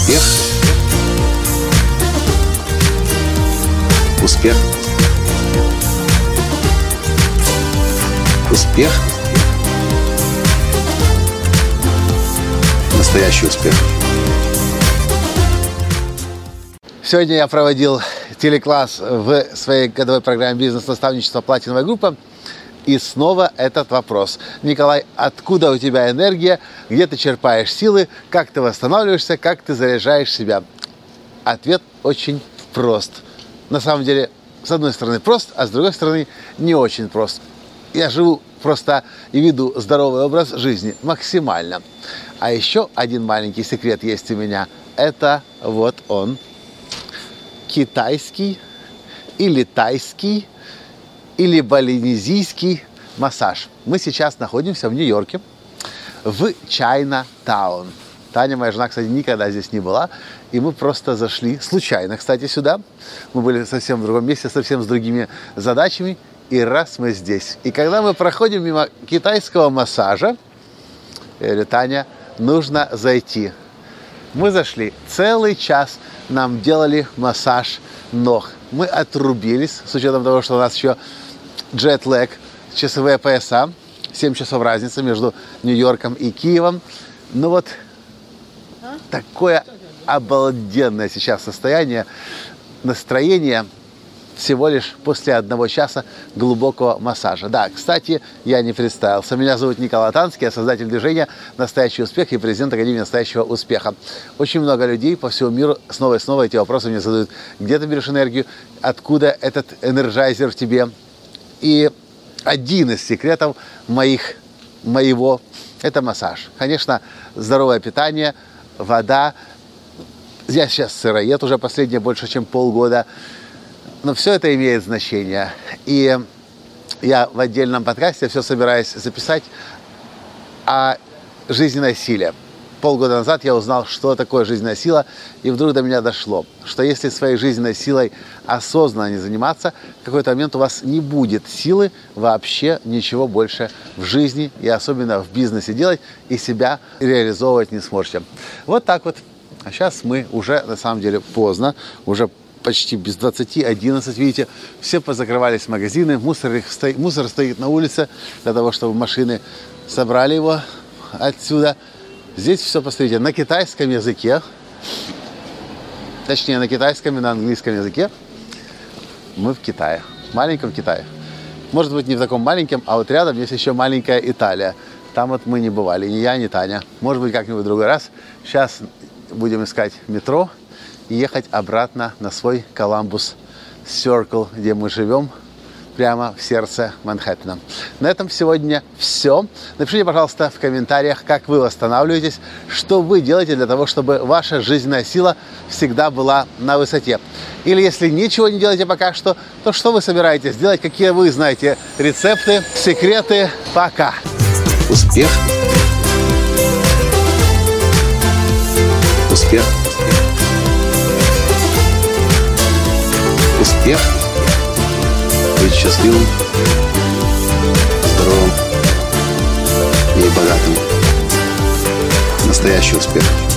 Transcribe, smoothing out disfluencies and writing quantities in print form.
Успех. Успех. Успех. Настоящий успех. Сегодня я проводил телекласс в своей годовой программе «Бизнес-наставничество. Платиновая группа». И снова этот вопрос. Николай, откуда у тебя энергия? Где ты черпаешь силы? Как ты восстанавливаешься? Как ты заряжаешь себя? Ответ очень прост. На самом деле, с одной стороны прост, а с другой стороны не очень прост. Я живу просто и веду здоровый образ жизни максимально. А еще один маленький секрет есть у меня. Это вот он. Китайский или тайский или балинезийский массаж. Мы сейчас находимся в Нью-Йорке, в Чайна-таун. Таня, моя жена, кстати, никогда здесь не была. И мы просто зашли, случайно, кстати, сюда. Мы были совсем в другом месте, совсем с другими задачами. И раз мы здесь. И когда мы проходим мимо китайского массажа, я говорю: Таня, нужно зайти. Мы зашли. Целый час нам делали массаж ног. Мы отрубились, с учетом того, что у нас еще джет-лэг, часовые пояса, 7 часов разница между Нью-Йорком и Киевом. Ну вот такое обалденное сейчас состояние, настроение всего лишь после 1 часа глубокого массажа. Да, кстати, я не представился. Меня зовут Николай Танский, я создатель движения «Настоящий успех» и президент Академии настоящего успеха. Очень много людей по всему миру снова и снова эти вопросы мне задают. Где ты берешь энергию? Откуда этот энерджайзер в тебе? И один из секретов моего – это массаж. Конечно, здоровое питание, вода. Я сейчас сыроед уже последние больше, чем полгода. Но все это имеет значение. И я в отдельном подкасте все собираюсь записать о жизненной силе. Полгода назад я узнал, что такое жизненная сила, и вдруг до меня дошло, что если своей жизненной силой осознанно не заниматься, в какой-то момент у вас не будет силы вообще ничего больше в жизни, и особенно в бизнесе делать, и себя реализовывать не сможете. Вот так вот. А сейчас мы уже, на самом деле, поздно, уже почти без 20:11, видите, все позакрывались магазины, мусор стоит на улице для того, чтобы машины собрали его отсюда. Здесь все, посмотрите, на китайском языке, точнее на китайском и на английском языке. Мы в Китае, в маленьком Китае. Может быть, не в таком маленьком, а вот рядом есть еще маленькая Италия. Там вот мы не бывали, ни я, ни Таня. Может быть, как-нибудь в другой раз. Сейчас будем искать метро и ехать обратно на свой Columbus Circle, где мы живем, прямо в сердце Манхэттена. На этом сегодня все. Напишите, пожалуйста, в комментариях, как вы восстанавливаетесь, что вы делаете для того, чтобы ваша жизненная сила всегда была на высоте. Или если ничего не делаете пока что, то что вы собираетесь делать, какие вы знаете рецепты, секреты. Пока! Успех. Успех. Успех. Быть счастливым, здоровым и богатым. Настоящий успех.